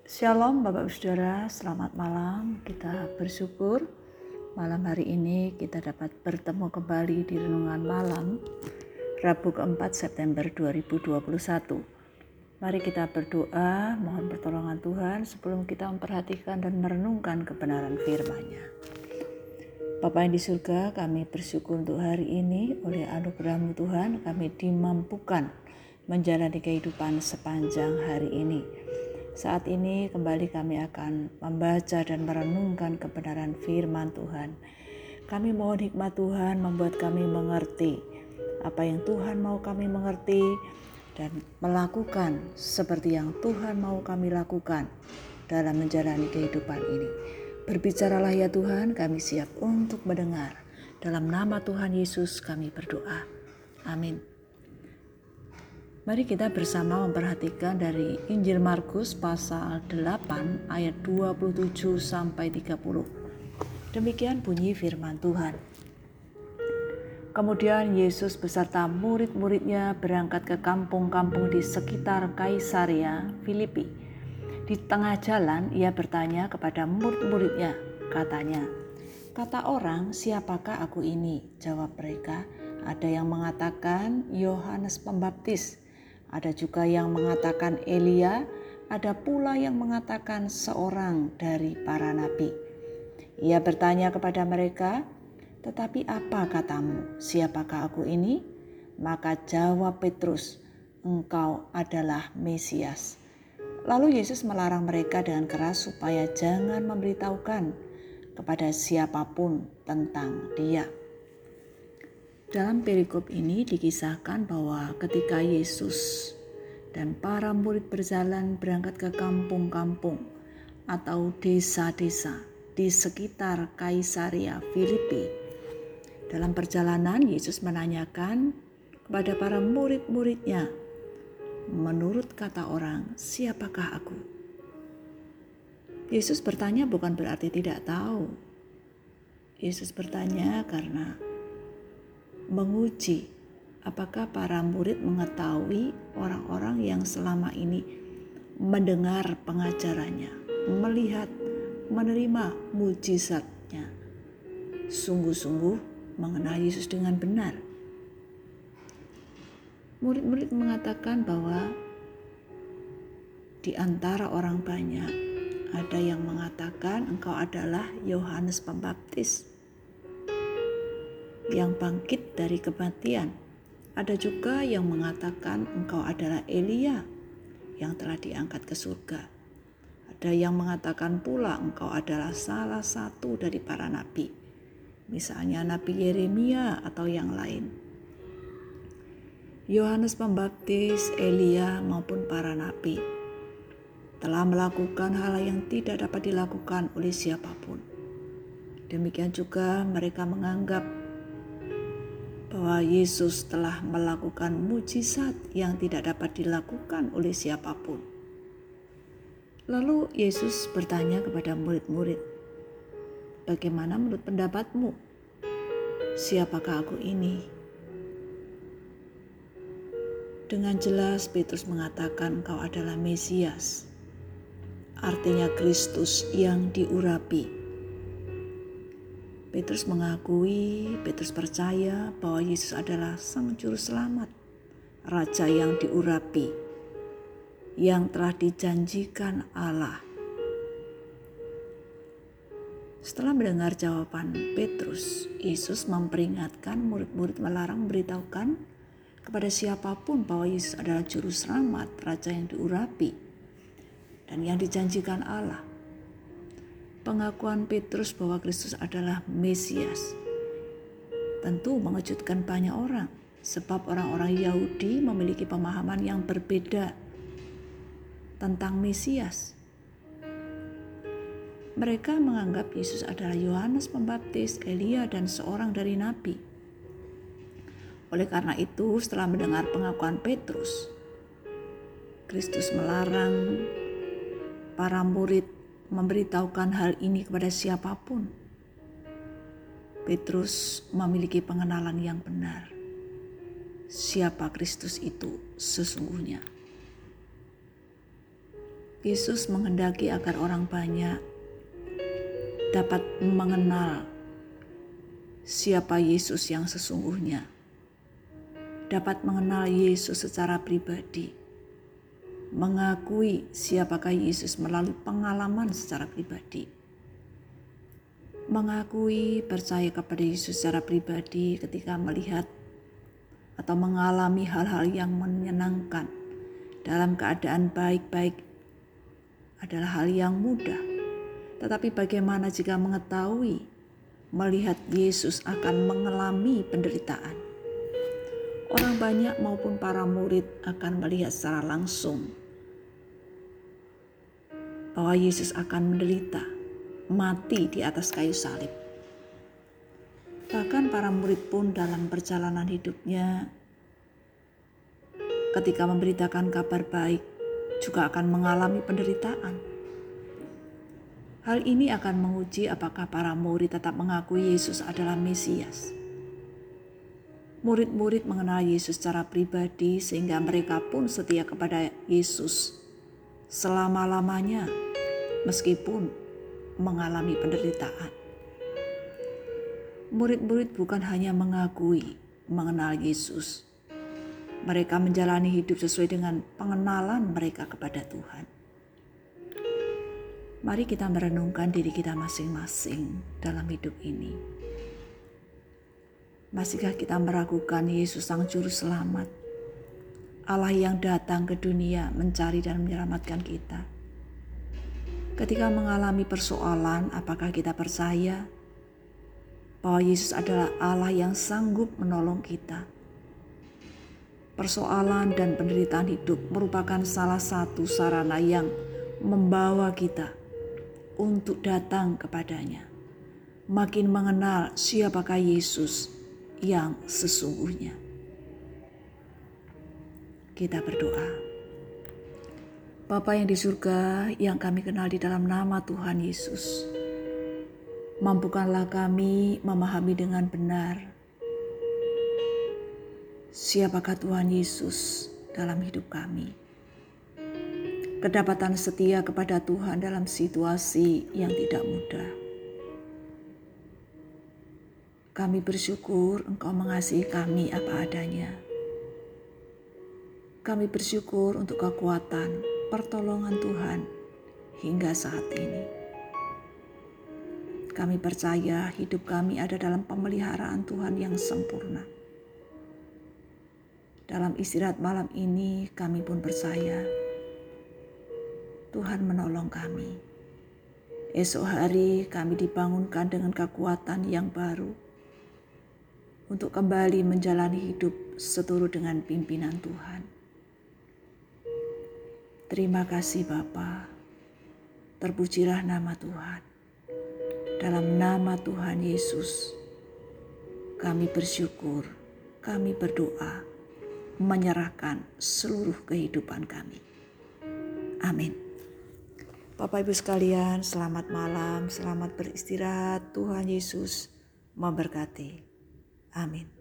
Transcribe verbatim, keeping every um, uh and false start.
Shalom Bapak Ibu Saudara, selamat malam. Kita bersyukur malam hari ini kita dapat bertemu kembali di Renungan Malam Rabu keempat September dua ribu dua puluh satu. Mari kita berdoa, mohon pertolongan Tuhan sebelum kita memperhatikan dan merenungkan kebenaran firman-Nya. Bapa yang di surga, kami bersyukur untuk hari ini. Oleh anugerah-Mu Tuhan, kami dimampukan menjalani kehidupan sepanjang hari ini. Saat ini kembali kami akan membaca dan merenungkan kebenaran firman Tuhan. Kami mohon hikmat Tuhan membuat kami mengerti apa yang Tuhan mau kami mengerti dan melakukan seperti yang Tuhan mau kami lakukan dalam menjalani kehidupan ini. Berbicaralah ya Tuhan, kami siap untuk mendengar. Dalam nama Tuhan Yesus kami berdoa. Amin. Mari kita bersama memperhatikan dari Injil Markus pasal delapan ayat dua puluh tujuh sampai tiga puluh. Demikian bunyi firman Tuhan. Kemudian Yesus beserta murid-muridnya berangkat ke kampung-kampung di sekitar Kaisarea Filipi. Di tengah jalan ia bertanya kepada murid-muridnya, katanya, "Kata orang, siapakah aku ini?" Jawab mereka, "Ada yang mengatakan Yohanes Pembaptis. Ada juga yang mengatakan Elia, ada pula yang mengatakan seorang dari para nabi." Ia bertanya kepada mereka, "Tetapi apa katamu? Siapakah aku ini?" Maka jawab Petrus, "Engkau adalah Mesias." Lalu Yesus melarang mereka dengan keras supaya jangan memberitahukan kepada siapapun tentang Dia. Dalam perikop ini dikisahkan bahwa ketika Yesus dan para murid berjalan berangkat ke kampung-kampung atau desa-desa di sekitar Kaisarea Filipi. Dalam perjalanan Yesus menanyakan kepada para murid-muridnya, "Menurut kata orang, siapakah aku?" Yesus bertanya bukan berarti tidak tahu. Yesus bertanya karena menguji apakah para murid mengetahui orang-orang yang selama ini mendengar pengajarannya, melihat, menerima mujizatnya, sungguh-sungguh mengenal Yesus dengan benar. Murid-murid mengatakan bahwa di antara orang banyak ada yang mengatakan engkau adalah Yohanes Pembaptis yang bangkit dari kematian. Ada juga yang mengatakan engkau adalah Elia yang telah diangkat ke surga. Ada yang mengatakan pula engkau adalah salah satu dari para nabi, misalnya Nabi Yeremia atau yang lain. Yohanes Pembaptis, Elia maupun para nabi telah melakukan hal yang tidak dapat dilakukan oleh siapapun. Demikian juga mereka menganggap bahwa Yesus telah melakukan mujizat yang tidak dapat dilakukan oleh siapapun. Lalu Yesus bertanya kepada murid-murid, "Bagaimana menurut pendapatmu? Siapakah aku ini?" Dengan jelas Petrus mengatakan engkau adalah Mesias, artinya Kristus yang diurapi. Petrus mengakui, Petrus percaya bahwa Yesus adalah Sang Juru Selamat, Raja yang diurapi, yang telah dijanjikan Allah. Setelah mendengar jawaban Petrus, Yesus memperingatkan murid-murid melarang memberitahukan kepada siapapun bahwa Yesus adalah Juru Selamat, Raja yang diurapi, dan yang dijanjikan Allah. Pengakuan Petrus bahwa Kristus adalah Mesias tentu mengejutkan banyak orang, sebab orang-orang Yahudi memiliki pemahaman yang berbeda tentang Mesias. Mereka menganggap Yesus adalah Yohanes Pembaptis, Elia, dan seorang dari nabi. Oleh karena itu, setelah mendengar pengakuan Petrus, Kristus melarang para murid memberitahukan hal ini kepada siapapun. Petrus memiliki pengenalan yang benar. Siapa Kristus itu sesungguhnya? Yesus menghendaki agar orang banyak dapat mengenal siapa Yesus yang sesungguhnya, dapat mengenal Yesus secara pribadi, mengakui siapakah Yesus melalui pengalaman secara pribadi, mengakui percaya kepada Yesus secara pribadi ketika melihat atau mengalami hal-hal yang menyenangkan dalam keadaan baik-baik adalah hal yang mudah. Tetapi bagaimana jika mengetahui, melihat Yesus akan mengalami penderitaan? Orang banyak maupun para murid akan melihat secara langsung bahwa Yesus akan menderita, mati di atas kayu salib. Bahkan para murid pun dalam perjalanan hidupnya, ketika memberitakan kabar baik, juga akan mengalami penderitaan. Hal ini akan menguji apakah para murid tetap mengakui Yesus adalah Mesias. Murid-murid mengenal Yesus secara pribadi sehingga mereka pun setia kepada Yesus selama-lamanya meskipun mengalami penderitaan. Murid-murid bukan hanya mengakui mengenal Yesus, mereka menjalani hidup sesuai dengan pengenalan mereka kepada Tuhan. Mari kita merenungkan diri kita masing-masing dalam hidup ini. Masihkah kita meragukan Yesus Sang Juru Selamat, Allah yang datang ke dunia mencari dan menyelamatkan kita? Ketika mengalami persoalan, apakah kita percaya bahwa Yesus adalah Allah yang sanggup menolong kita? Persoalan dan penderitaan hidup merupakan salah satu sarana yang membawa kita untuk datang kepadanya, makin mengenal siapakah Yesus yang sesungguhnya. Kita berdoa. Bapa yang di surga, yang kami kenal di dalam nama Tuhan Yesus, mampukanlah kami memahami dengan benar siapakah Tuhan Yesus dalam hidup kami. Kedapatan setia kepada Tuhan dalam situasi yang tidak mudah. Kami bersyukur Engkau mengasihi kami apa adanya. Kami bersyukur untuk kekuatan, pertolongan Tuhan hingga saat ini. Kami percaya hidup kami ada dalam pemeliharaan Tuhan yang sempurna. Dalam istirahat malam ini kami pun percaya Tuhan menolong kami. Esok hari kami dibangunkan dengan kekuatan yang baru untuk kembali menjalani hidup seturut dengan pimpinan Tuhan. Terima kasih Bapa. Terpujilah nama Tuhan. Dalam nama Tuhan Yesus, kami bersyukur, kami berdoa, menyerahkan seluruh kehidupan kami. Amin. Bapak Ibu sekalian, selamat malam, selamat beristirahat. Tuhan Yesus memberkati. Amin.